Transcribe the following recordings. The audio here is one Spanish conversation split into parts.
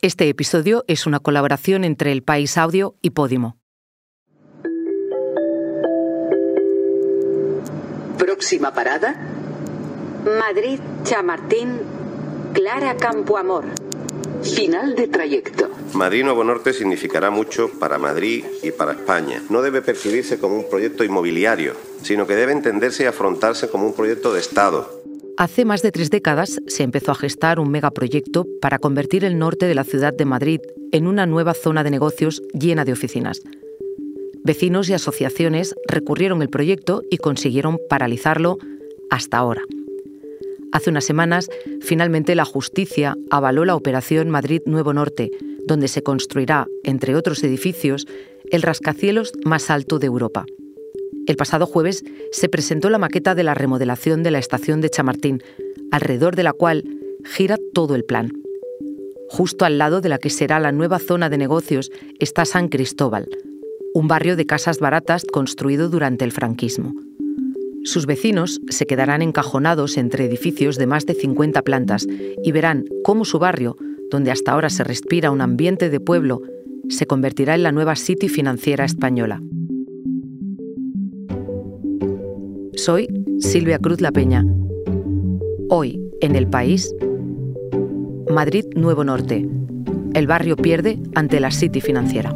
Este episodio es una colaboración entre El País Audio y Podimo. Próxima parada: Madrid-Chamartín, Clara Campoamor. Final de trayecto. Madrid Nuevo Norte significará mucho para Madrid y para España. No debe percibirse como un proyecto inmobiliario, sino que debe entenderse y afrontarse como un proyecto de Estado. Hace más de 3 décadas se empezó a gestar un megaproyecto para convertir el norte de la ciudad de Madrid en una nueva zona de negocios llena de oficinas. Vecinos y asociaciones recurrieron el proyecto y consiguieron paralizarlo hasta ahora. Hace unas semanas, finalmente la justicia avaló la operación Madrid Nuevo Norte, donde se construirá, entre otros edificios, el rascacielos más alto de Europa. El pasado jueves se presentó la maqueta de la remodelación de la estación de Chamartín, alrededor de la cual gira todo el plan. Justo al lado de la que será la nueva zona de negocios está San Cristóbal, un barrio de casas baratas construido durante el franquismo. Sus vecinos se quedarán encajonados entre edificios de más de 50 plantas y verán cómo su barrio, donde hasta ahora se respira un ambiente de pueblo, se convertirá en la nueva City financiera española. Soy Silvia Cruz La Peña. Hoy, en El País, Madrid Nuevo Norte. El barrio pierde ante la City financiera.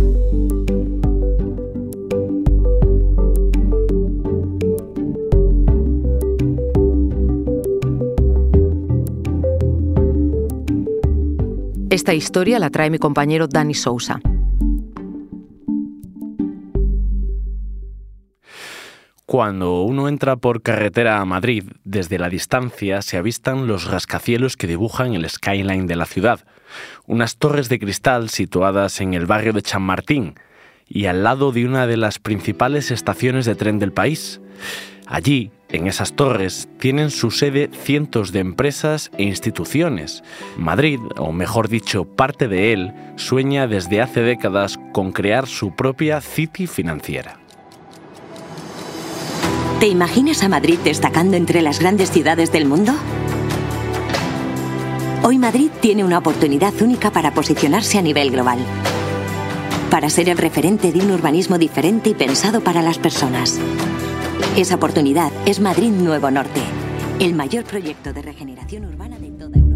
Esta historia la trae mi compañero Dani Sousa. Cuando uno entra por carretera a Madrid, desde la distancia se avistan los rascacielos que dibujan el skyline de la ciudad. Unas torres de cristal situadas en el barrio de Chamartín y al lado de una de las principales estaciones de tren del país. Allí, en esas torres, tienen su sede cientos de empresas e instituciones. Madrid, o mejor dicho, parte de él, sueña desde hace décadas con crear su propia City financiera. ¿Te imaginas a Madrid destacando entre las grandes ciudades del mundo? Hoy Madrid tiene una oportunidad única para posicionarse a nivel global. Para ser el referente de un urbanismo diferente y pensado para las personas. Esa oportunidad es Madrid Nuevo Norte, el mayor proyecto de regeneración urbana de toda Europa.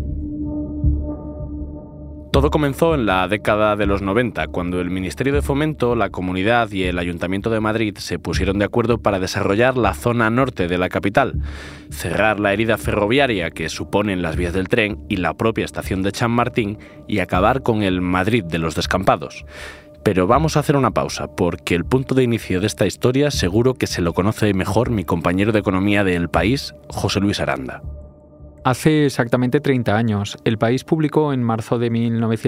Todo comenzó en la década de los 90, cuando el Ministerio de Fomento, la Comunidad y el Ayuntamiento de Madrid se pusieron de acuerdo para desarrollar la zona norte de la capital, cerrar la herida ferroviaria que suponen las vías del tren y la propia estación de Chamartín y acabar con el Madrid de los descampados. Pero vamos a hacer una pausa, porque el punto de inicio de esta historia seguro que se lo conoce mejor mi compañero de economía de El País, José Luis Aranda. Hace exactamente 30 años, El País publicó en marzo de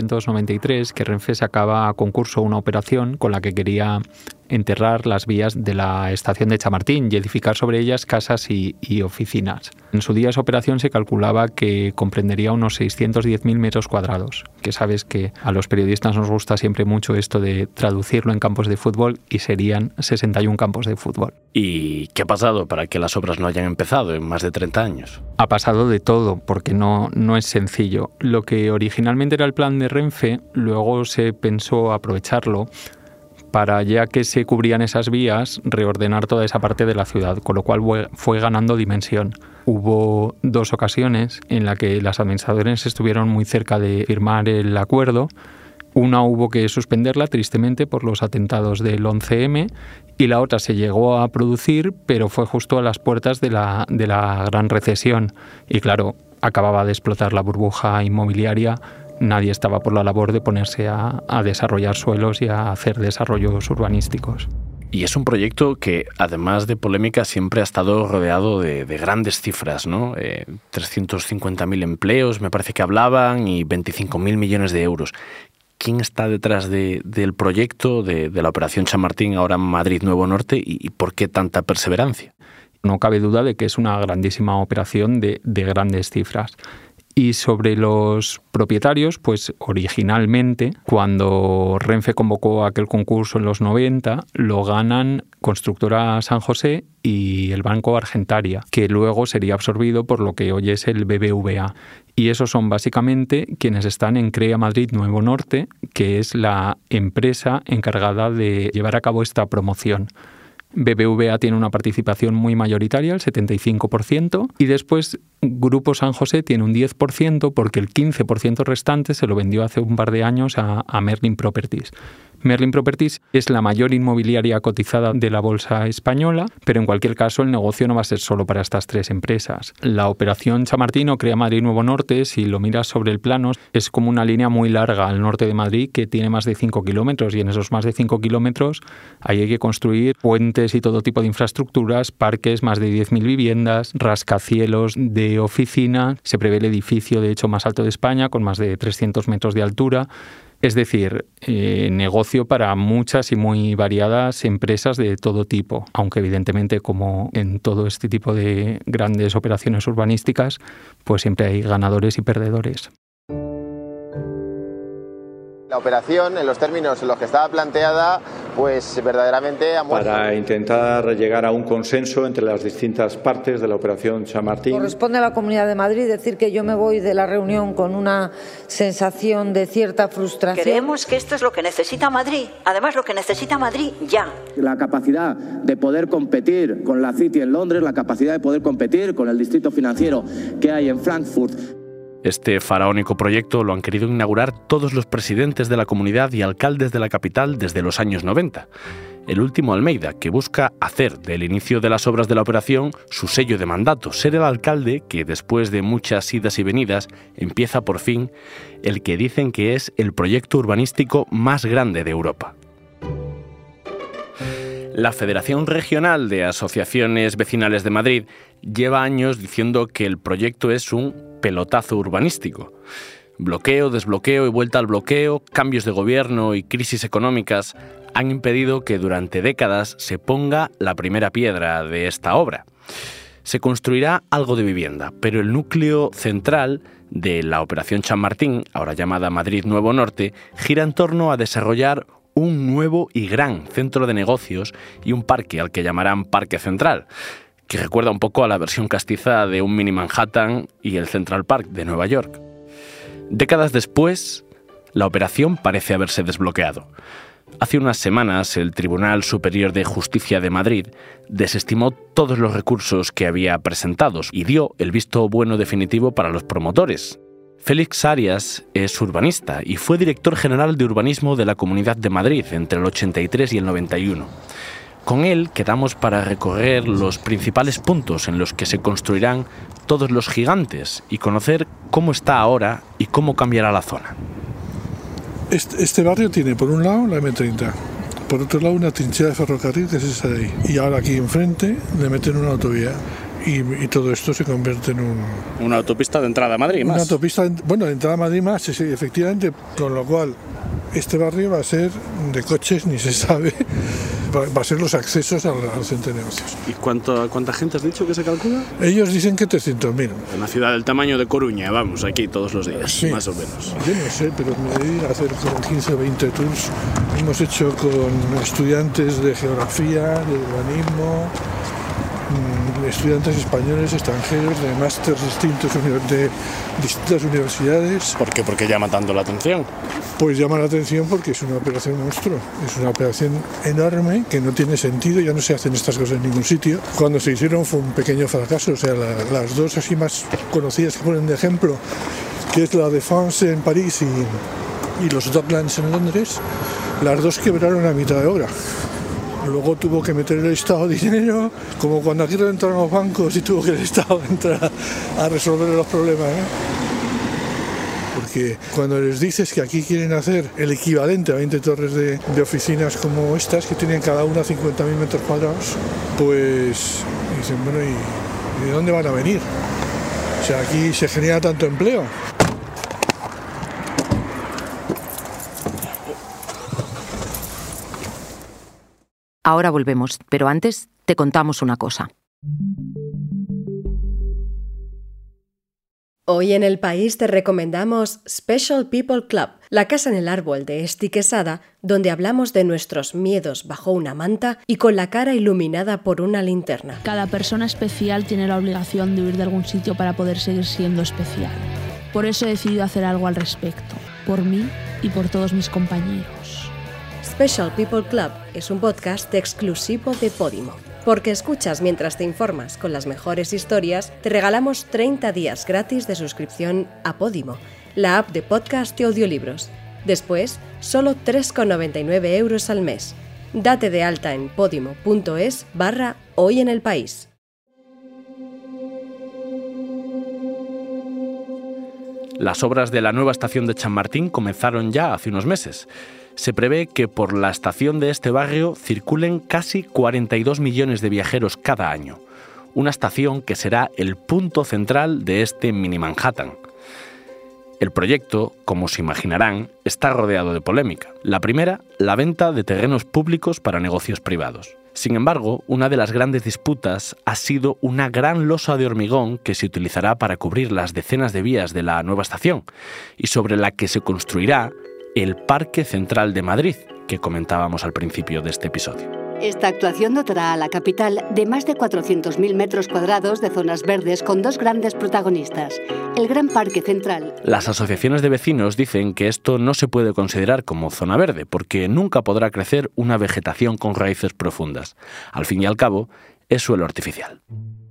1993 que Renfe sacaba a concurso una operación con la que quería enterrar las vías de la estación de Chamartín y edificar sobre ellas casas y oficinas. En su día esa operación se calculaba que comprendería unos 610.000 metros cuadrados, que sabes que a los periodistas nos gusta siempre mucho esto de traducirlo en campos de fútbol y serían 61 campos de fútbol. ¿Y qué ha pasado para que las obras no hayan empezado en más de 30 años? Ha pasado de todo, porque no es sencillo. Lo que originalmente era el plan de Renfe, luego se pensó aprovecharlo para, ya que se cubrían esas vías, reordenar toda esa parte de la ciudad, con lo cual fue ganando dimensión. Hubo 2 ocasiones en las que las administraciones estuvieron muy cerca de firmar el acuerdo. Una hubo que suspenderla, tristemente, por los atentados del 11M, y la otra se llegó a producir, pero fue justo a las puertas de la gran recesión. Y claro, acababa de explotar la burbuja inmobiliaria. Nadie estaba por la labor de ponerse a desarrollar suelos y a hacer desarrollos urbanísticos. Y es un proyecto que, además de polémica, siempre ha estado rodeado de grandes cifras, ¿no? 350.000 empleos, me parece que hablaban, y 25.000 millones de euros. ¿Quién está detrás del proyecto, de la Operación Chamartín, ahora Madrid Nuevo Norte, y por qué tanta perseverancia? No cabe duda de que es una grandísima operación de grandes cifras. Y sobre los propietarios, pues originalmente, cuando Renfe convocó aquel concurso en los 90, lo ganan Constructora San José y el Banco Argentaria, que luego sería absorbido por lo que hoy es el BBVA. Y esos son básicamente quienes están en CREA Madrid Nuevo Norte, que es la empresa encargada de llevar a cabo esta promoción. BBVA tiene una participación muy mayoritaria, el 75%, y después Grupo San José tiene un 10% porque el 15% restante se lo vendió hace un par de años a Merlin Properties. Merlin Properties es la mayor inmobiliaria cotizada de la bolsa española, pero en cualquier caso el negocio no va a ser solo para estas tres empresas. La operación Chamartín o CREA Madrid Nuevo Norte, si lo miras sobre el plano, es como una línea muy larga al norte de Madrid que tiene más de 5 kilómetros, y en esos más de 5 kilómetros ahí hay que construir puentes y todo tipo de infraestructuras, parques, más de 10.000 viviendas, rascacielos de oficina. Se prevé el edificio de hecho más alto de España, con más de 300 metros de altura. Es decir, negocio para muchas y muy variadas empresas de todo tipo, aunque evidentemente, como en todo este tipo de grandes operaciones urbanísticas, pues siempre hay ganadores y perdedores. La operación, en los términos en los que estaba planteada, pues verdaderamente ha muerto. Para intentar llegar a un consenso entre las distintas partes de la operación Chamartín. Corresponde a la Comunidad de Madrid decir que yo me voy de la reunión con una sensación de cierta frustración. Creemos que esto es lo que necesita Madrid, además lo que necesita Madrid ya. La capacidad de poder competir con la City en Londres, la capacidad de poder competir con el distrito financiero que hay en Frankfurt. Este faraónico proyecto lo han querido inaugurar todos los presidentes de la comunidad y alcaldes de la capital desde los años 90. El último Almeida, que busca hacer del inicio de las obras de la operación su sello de mandato, ser el alcalde que, después de muchas idas y venidas, empieza por fin el que dicen que es el proyecto urbanístico más grande de Europa. La Federación Regional de Asociaciones Vecinales de Madrid lleva años diciendo que el proyecto es un pelotazo urbanístico. Bloqueo, desbloqueo y vuelta al bloqueo, cambios de gobierno y crisis económicas han impedido que durante décadas se ponga la primera piedra de esta obra. Se construirá algo de vivienda, pero el núcleo central de la operación Chamartín, ahora llamada Madrid Nuevo Norte, gira en torno a desarrollar un nuevo y gran centro de negocios y un parque al que llamarán Parque Central, que recuerda un poco a la versión castiza de un mini Manhattan y el Central Park de Nueva York. Décadas después, la operación parece haberse desbloqueado. Hace unas semanas, el Tribunal Superior de Justicia de Madrid desestimó todos los recursos que había presentados y dio el visto bueno definitivo para los promotores. Félix Arias es urbanista y fue director general de urbanismo de la Comunidad de Madrid entre el 83 y el 91. Con él quedamos para recorrer los principales puntos en los que se construirán todos los gigantes y conocer cómo está ahora y cómo cambiará la zona. Este barrio tiene por un lado la M30, por otro lado una trinchera de ferrocarril que es esa de ahí, y ahora aquí enfrente le meten una autovía. Y todo esto se convierte en una autopista de entrada a Madrid más. Una autopista, de entrada a Madrid más, sí, efectivamente, con lo cual este barrio va a ser de coches, ni se sabe, va a ser los accesos al centro de negocios. ¿Y cuánta gente has dicho que se calcula? Ellos dicen que 300.000. Una ciudad del tamaño de Coruña, vamos, aquí todos los días, sí, más o menos. Yo no sé, pero me debe ir a hacer como 15 o 20 tours. Hemos hecho con estudiantes de geografía, de urbanismo, estudiantes españoles, extranjeros, de másters de distintas universidades. ¿Por qué? ¿Por qué llama tanto la atención? Pues llama la atención porque es una operación monstruo, es una operación enorme que no tiene sentido, ya no se hacen estas cosas en ningún sitio. Cuando se hicieron fue un pequeño fracaso, o sea, las dos así más conocidas que ponen de ejemplo, que es la Défense en París y los Docklands en Londres, las dos quebraron a mitad de obra. Luego tuvo que meter el Estado dinero, como cuando aquí reventaron los bancos y tuvo que el Estado entrar a resolver los problemas, ¿eh? Porque cuando les dices que aquí quieren hacer el equivalente a 20 torres de oficinas como estas, que tienen cada una 50.000 metros cuadrados, pues dicen, bueno, ¿y de dónde van a venir? O sea, aquí se genera tanto empleo. Ahora volvemos, pero antes te contamos una cosa. Hoy en El País te recomendamos Special People Club, la casa en el árbol de Esti Quesada, donde hablamos de nuestros miedos bajo una manta y con la cara iluminada por una linterna. Cada persona especial tiene la obligación de huir de algún sitio para poder seguir siendo especial. Por eso he decidido hacer algo al respecto, por mí y por todos mis compañeros. Special People Club es un podcast exclusivo de Podimo. Porque escuchas mientras te informas con las mejores historias, te regalamos 30 días gratis de suscripción a Podimo, la app de podcast y audiolibros. Después, solo 3,99 € al mes. Date de alta en podimo.es/Hoy en el País. Las obras de la nueva estación de Chamartín comenzaron ya hace unos meses. Se prevé que por la estación de este barrio circulen casi 42 millones de viajeros cada año. Una estación que será el punto central de este mini Manhattan. El proyecto, como se imaginarán, está rodeado de polémica. La primera, la venta de terrenos públicos para negocios privados. Sin embargo, una de las grandes disputas ha sido una gran losa de hormigón que se utilizará para cubrir las decenas de vías de la nueva estación y sobre la que se construirá el Parque Central de Madrid, que comentábamos al principio de este episodio. Esta actuación dotará a la capital de más de 400.000 metros cuadrados de zonas verdes con dos grandes protagonistas, el Gran Parque Central. Las asociaciones de vecinos dicen que esto no se puede considerar como zona verde, porque nunca podrá crecer una vegetación con raíces profundas. Al fin y al cabo, es suelo artificial.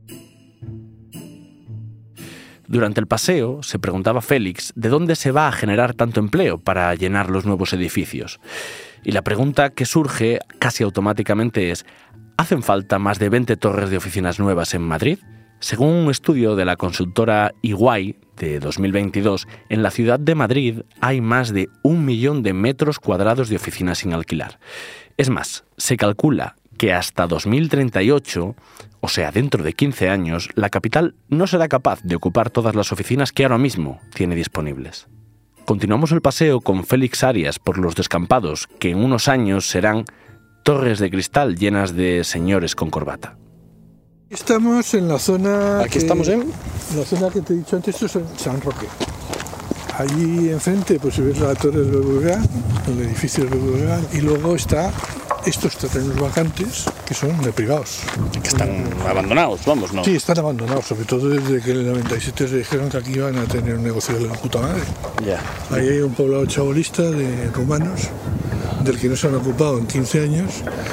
Durante el paseo se preguntaba Félix de dónde se va a generar tanto empleo para llenar los nuevos edificios. Y la pregunta que surge casi automáticamente es: ¿hacen falta más de 20 torres de oficinas nuevas en Madrid? Según un estudio de la consultora EY de 2022, en la ciudad de Madrid hay más de 1 millón de metros cuadrados de oficinas sin alquilar. Es más, se calcula que hasta 2038, o sea, dentro de 15 años, la capital no será capaz de ocupar todas las oficinas que ahora mismo tiene disponibles. Continuamos el paseo con Félix Arias por los descampados, que en unos años serán torres de cristal llenas de señores con corbata. Estamos en la zona... Aquí estamos en... La zona que te he dicho antes, esto es en San Roque. Allí enfrente pues ves la torre del BBVA, el edificio del BBVA, y luego está estos terrenos vacantes que son de privados. Que están abandonados, vamos, ¿no? Sí, están abandonados, sobre todo desde que en el 97 se dijeron que aquí iban a tener un negocio de la puta madre. Ya. Ahí hay un poblado chabolista de rumanos, del que no se han ocupado en 15 años,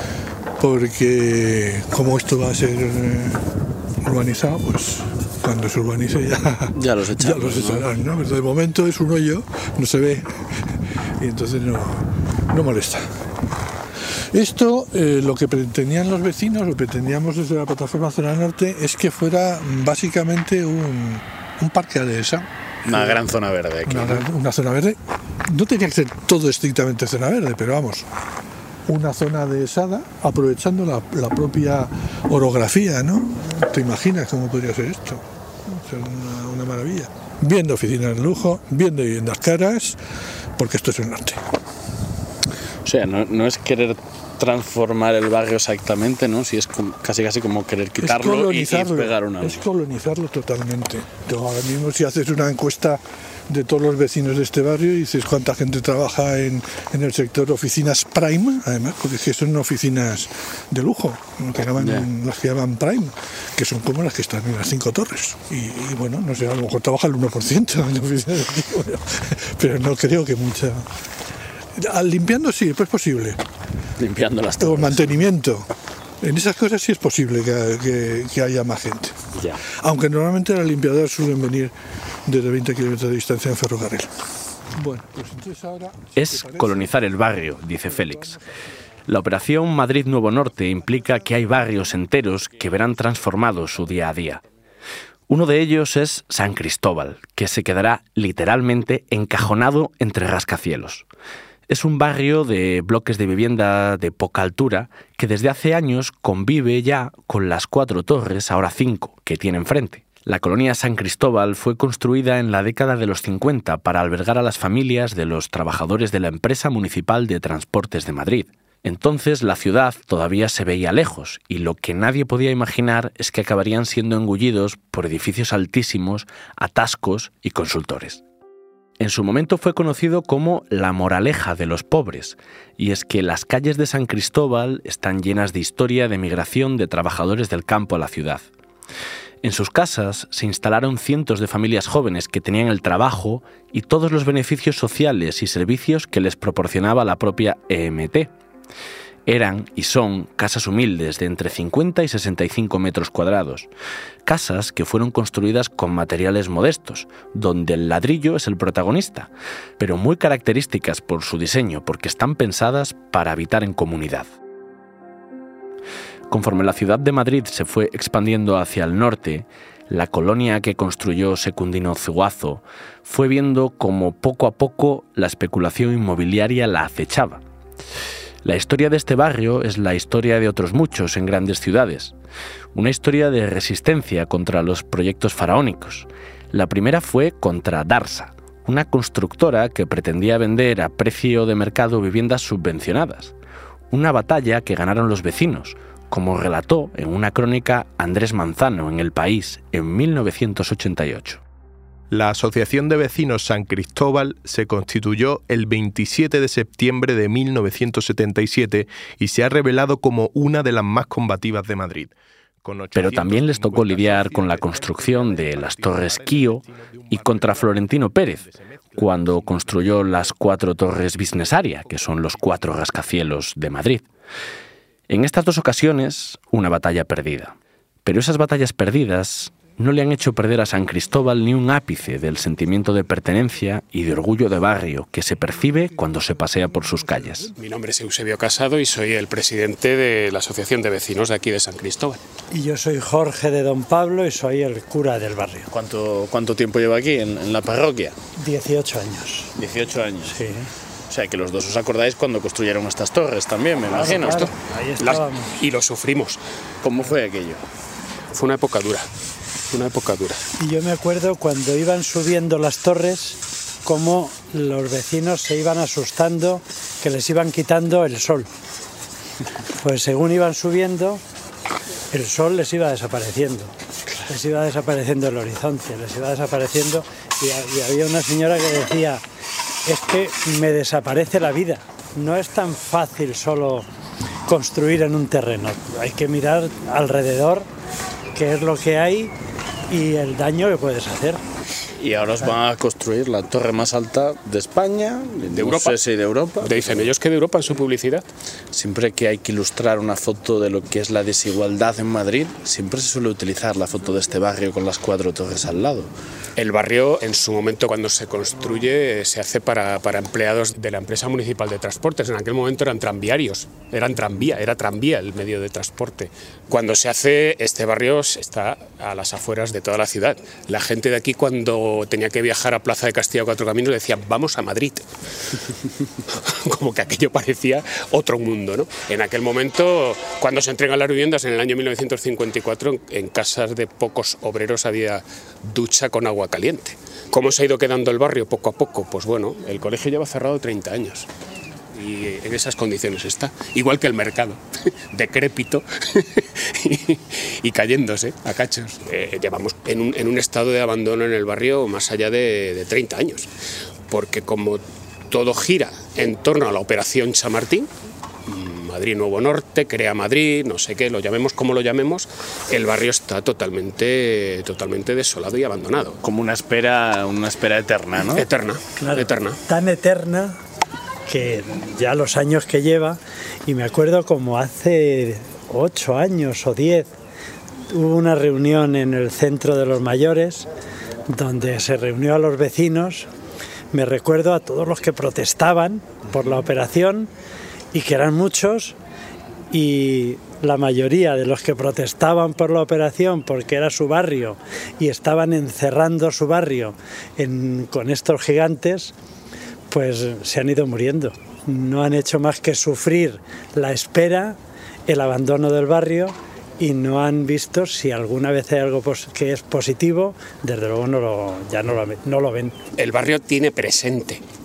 porque como esto va a ser urbanizado, pues cuando se urbanice ya los echarán, ¿no? Pero de momento es un hoyo, no se ve, y entonces no molesta. Esto, lo que pretendían los vecinos, lo que pretendíamos desde la plataforma Zona Norte, es que fuera básicamente un parque dehesa. Una gran zona verde aquí. Una zona verde. No tenía que ser todo estrictamente zona verde, pero vamos, una zona dehesada, aprovechando la propia orografía, ¿no? ¿Te imaginas cómo podría ser esto? O sea, una maravilla. Bien de oficinas de lujo, bien de viviendas caras, porque esto es el norte. O sea, no es querer transformar el barrio exactamente, ¿no? Si es casi como querer quitarlo y pegar una. Es colonizarlo totalmente. Ahora mismo si haces una encuesta de todos los vecinos de este barrio y dices cuánta gente trabaja en el sector oficinas prime, además, porque es que son oficinas de lujo, las que llaman prime, que son como las que están en las 5 torres. Y bueno, no sé, a lo mejor trabaja el 1% en oficinas de lujo, pero no creo que mucha. Limpiando sí, pues es posible. Limpiando las torres. O mantenimiento. En esas cosas sí es posible que haya más gente. Ya. Aunque normalmente las limpiadoras suelen venir desde 20 kilómetros de distancia en ferrocarril. Bueno, pues entonces ahora... Es colonizar el barrio, dice Félix. La operación Madrid Nuevo Norte implica que hay barrios enteros que verán transformado su día a día. Uno de ellos es San Cristóbal, que se quedará literalmente encajonado entre rascacielos. Es un barrio de bloques de vivienda de poca altura que desde hace años convive ya con las 4 torres, ahora 5, que tiene enfrente. La colonia San Cristóbal fue construida en la década de los 50 para albergar a las familias de los trabajadores de la empresa municipal de transportes de Madrid. Entonces la ciudad todavía se veía lejos y lo que nadie podía imaginar es que acabarían siendo engullidos por edificios altísimos, atascos y consultores. En su momento fue conocido como la moraleja de los pobres, y es que las calles de San Cristóbal están llenas de historia de migración de trabajadores del campo a la ciudad. En sus casas se instalaron cientos de familias jóvenes que tenían el trabajo y todos los beneficios sociales y servicios que les proporcionaba la propia EMT. Eran y son casas humildes de entre 50 y 65 metros cuadrados, casas que fueron construidas con materiales modestos, donde el ladrillo es el protagonista, pero muy características por su diseño, porque están pensadas para habitar en comunidad. Conforme la ciudad de Madrid se fue expandiendo hacia el norte, la colonia que construyó Secundino Zuazo fue viendo cómo poco a poco la especulación inmobiliaria la acechaba. La historia de este barrio es la historia de otros muchos en grandes ciudades. Una historia de resistencia contra los proyectos faraónicos. La primera fue contra Darsa, una constructora que pretendía vender a precio de mercado viviendas subvencionadas. Una batalla que ganaron los vecinos, como relató en una crónica Andrés Manzano en El País en 1988. La Asociación de Vecinos San Cristóbal se constituyó el 27 de septiembre de 1977 y se ha revelado como una de las más combativas de Madrid. Pero también les tocó lidiar con la construcción de las Torres Kío y contra Florentino Pérez, cuando construyó las 4 Torres Business Area, que son los 4 rascacielos de Madrid. En estas 2 ocasiones, una batalla perdida. Pero esas batallas perdidas no le han hecho perder a San Cristóbal ni un ápice del sentimiento de pertenencia y de orgullo de barrio que se percibe cuando se pasea por sus calles. Mi nombre es Eusebio Casado y soy el presidente de la Asociación de Vecinos de aquí de San Cristóbal. Y yo soy Jorge de Don Pablo y soy el cura del barrio. ¿Cuánto tiempo lleva aquí en la parroquia? 18 años. 18 años. Sí. O sea, que los dos os acordáis cuando construyeron estas torres también, me imagino. Claro, ahí estábamos. Y lo sufrimos. ¿Cómo fue aquello? Fue una época dura. Y yo me acuerdo cuando iban subiendo las torres, cómo los vecinos se iban asustando, que les iban quitando el sol. Pues según iban subiendo, el sol les iba desapareciendo. Les iba desapareciendo el horizonte, les iba desapareciendo. Y había una señora que decía, es que me desaparece la vida. No es tan fácil solo construir en un terreno. Hay que mirar alrededor qué es lo que hay y el daño que puedes hacer. Y ahora os van a construir la torre más alta de España, de Europa. No sé si de Europa. Dicen ellos que de Europa en su publicidad. Siempre que hay que ilustrar una foto de lo que es la desigualdad en Madrid, siempre se suele utilizar la foto de este barrio con las 4 torres al lado. El barrio, en su momento, cuando se construye, se hace para empleados de la empresa municipal de transportes. En aquel momento eran tranviarios, era tranvía el medio de transporte. Cuando se hace, este barrio está a las afueras de toda la ciudad. La gente de aquí, cuando tenía que viajar a Plaza de Castilla o 4 Caminos, decía, vamos a Madrid. Como que aquello parecía otro mundo, ¿no? En aquel momento, cuando se entregan las viviendas, en el año 1954, en casas de pocos obreros había ducha con agua caliente. ¿Cómo se ha ido quedando el barrio poco a poco? Pues bueno, el colegio lleva cerrado 30 años y en esas condiciones está. Igual que el mercado, decrépito y cayéndose a cachos. Llevamos en un estado de abandono en el barrio más allá de 30 años, porque como todo gira en torno a la operación Chamartín, Madrid Nuevo Norte, Crea Madrid, no sé qué, lo llamemos como lo llamemos, el barrio está totalmente desolado y abandonado. Como una espera eterna, ¿no? Eterna, claro, eterna. Tan eterna que ya los años que lleva, y me acuerdo como hace 8 años o 10, hubo una reunión en el Centro de los Mayores, donde se reunió a los vecinos. Me recuerdo a todos los que protestaban por la operación, y que eran muchos, y la mayoría de los que protestaban por la operación porque era su barrio y estaban encerrando su barrio con estos gigantes, pues se han ido muriendo. No han hecho más que sufrir la espera, el abandono del barrio, y no han visto si alguna vez hay algo que es positivo. Desde luego ya no lo ven. El barrio tiene presente.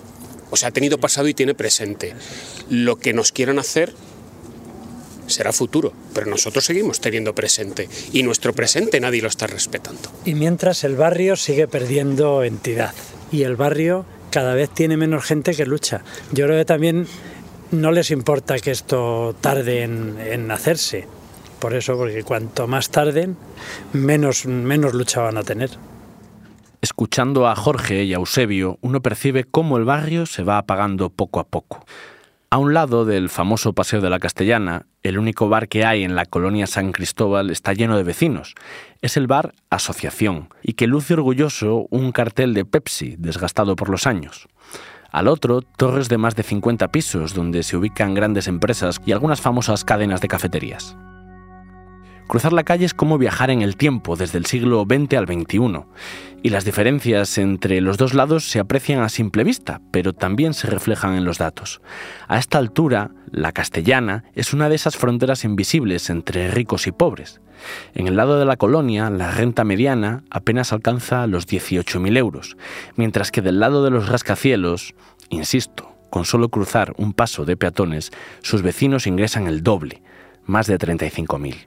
O sea, ha tenido pasado y tiene presente. Lo que nos quieran hacer será futuro, pero nosotros seguimos teniendo presente y nuestro presente nadie lo está respetando. Y mientras el barrio sigue perdiendo entidad y el barrio cada vez tiene menos gente que lucha. Yo creo que también no les importa que esto tarde en hacerse, por eso, porque cuanto más tarden, menos lucha van a tener. Escuchando a Jorge y a Eusebio, uno percibe cómo el barrio se va apagando poco a poco. A un lado del famoso Paseo de la Castellana, el único bar que hay en la colonia San Cristóbal está lleno de vecinos. Es el bar Asociación, y que luce orgulloso un cartel de Pepsi desgastado por los años. Al otro, torres de más de 50 pisos, donde se ubican grandes empresas y algunas famosas cadenas de cafeterías. Cruzar la calle es como viajar en el tiempo, desde el siglo XX al XXI, y las diferencias entre los dos lados se aprecian a simple vista, pero también se reflejan en los datos. A esta altura, la Castellana es una de esas fronteras invisibles entre ricos y pobres. En el lado de la colonia, la renta mediana apenas alcanza los 18.000 euros, mientras que del lado de los rascacielos, insisto, con solo cruzar un paso de peatones, sus vecinos ingresan el doble, más de 35.000.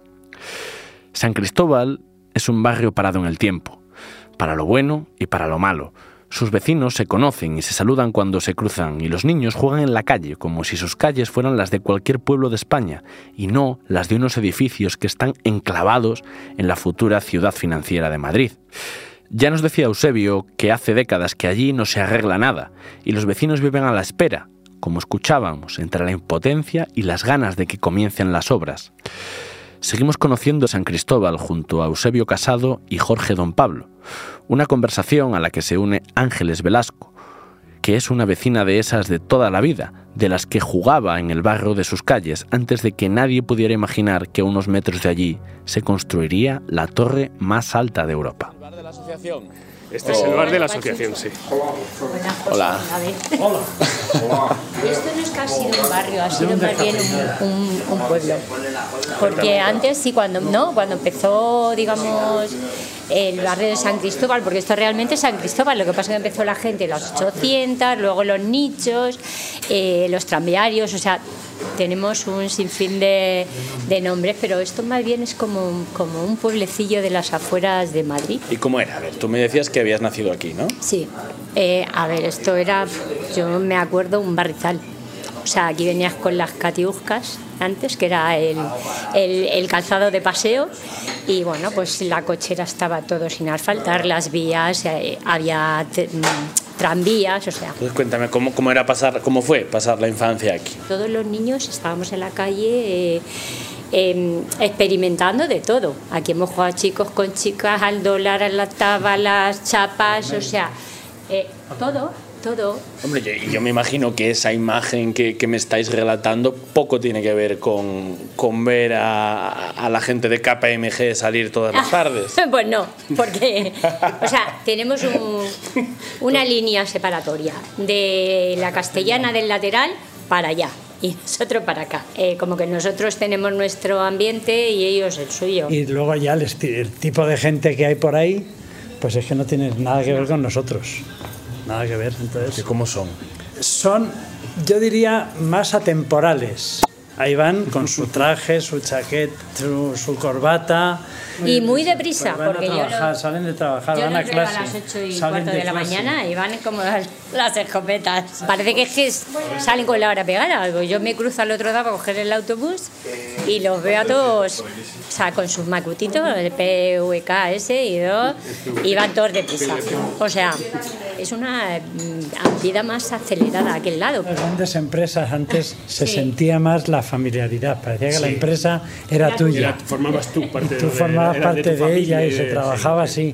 San Cristóbal es un barrio parado en el tiempo, para lo bueno y para lo malo. Sus vecinos se conocen y se saludan cuando se cruzan, y los niños juegan en la calle como si sus calles fueran las de cualquier pueblo de España y no las de unos edificios que están enclavados en la futura ciudad financiera de Madrid. Ya nos decía Eusebio que hace décadas que allí no se arregla nada y los vecinos viven a la espera, como escuchábamos, entre la impotencia y las ganas de que comiencen las obras. Seguimos conociendo San Cristóbal junto a Eusebio Casado y Jorge Don Pablo, una conversación a la que se une Ángeles Velasco, que es una vecina de esas de toda la vida, de las que jugaba en el barrio de sus calles antes de que nadie pudiera imaginar que a unos metros de allí se construiría la torre más alta de Europa. ¿El bar de la asociación? Este es el bar de la asociación, sí. Hola. Hola. Esto no es casi un barrio, ha sido más bien un pueblo. Porque antes sí, cuando empezó, digamos, el barrio de San Cristóbal, porque esto realmente es San Cristóbal, lo que pasa es que empezó la gente en los 800, luego los nichos, los tranviarios, o sea, tenemos un sinfín de nombres, pero esto más bien es como un pueblecillo de las afueras de Madrid. ¿Y cómo era? A ver, tú me decías que habías nacido aquí, ¿no? Sí. A ver, esto era, yo me acuerdo, un barrizal. O sea, aquí venías con las catiuscas antes, que era el calzado de paseo, y bueno, pues la cochera estaba todo sin asfaltar, las vías, había tranvías, o sea. Pues cuéntame, ¿cómo fue pasar la infancia aquí? Todos los niños estábamos en la calle experimentando de todo. Aquí hemos jugado chicos con chicas, al dólar, a las tablas, chapas, o sea, todo. Hombre, yo me imagino que esa imagen que me estáis relatando poco tiene que ver con ver a la gente de KPMG salir todas las tardes. Pues no, porque o sea, tenemos una línea separatoria de la Castellana del lateral para allá y nosotros para acá. Como que nosotros tenemos nuestro ambiente y ellos el suyo. Y luego ya el tipo de gente que hay por ahí, pues es que no tiene nada que ver con nosotros. Nada que ver, entonces. ¿Y cómo son? Son, yo diría, más atemporales. Ahí van con su traje, su chaqueta, su corbata. Y muy deprisa, porque salen de trabajar, van a clase. A las 8:15 de la mañana y van como las escopetas. Parece que es que salen con la hora pegada. Yo me cruzo al otro lado para coger el autobús y los veo a todos, o sea, con sus macutitos, el PVK ese y dos, y van todos deprisa. O sea, es una vida más acelerada a aquel lado. Las grandes empresas antes se sentía más la familiaridad, parecía que la empresa era tuya. Formabas tú parte parte de ella y se trabajaba así.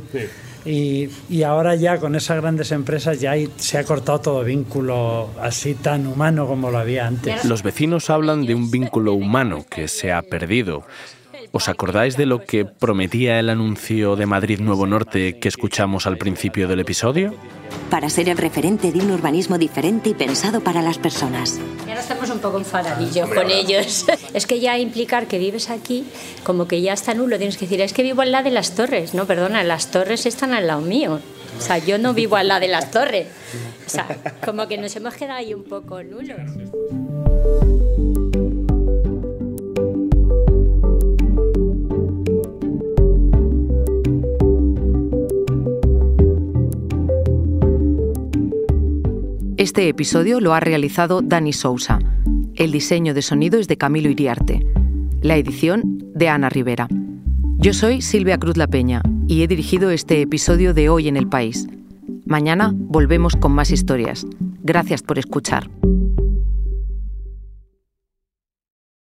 Y ahora ya con esas grandes empresas ya se ha cortado todo vínculo así tan humano como lo había antes. Los vecinos hablan de un vínculo humano que se ha perdido. ¿Os acordáis de lo que prometía el anuncio de Madrid Nuevo Norte que escuchamos al principio del episodio? Para ser el referente de un urbanismo diferente y pensado para las personas. Y ahora estamos un poco enfadadillos con ellos. Es que ya implicar que vives aquí, como que ya está nulo. Tienes que decir, es que vivo al lado de las torres. No, perdona, las torres están al lado mío. O sea, yo no vivo al lado de las torres. O sea, como que nos hemos quedado ahí un poco nulos. Este episodio lo ha realizado Dani Sousa. El diseño de sonido es de Camilo Iriarte. La edición de Ana Rivera. Yo soy Silvia Cruz La Peña y he dirigido este episodio de Hoy en el País. Mañana volvemos con más historias. Gracias por escuchar.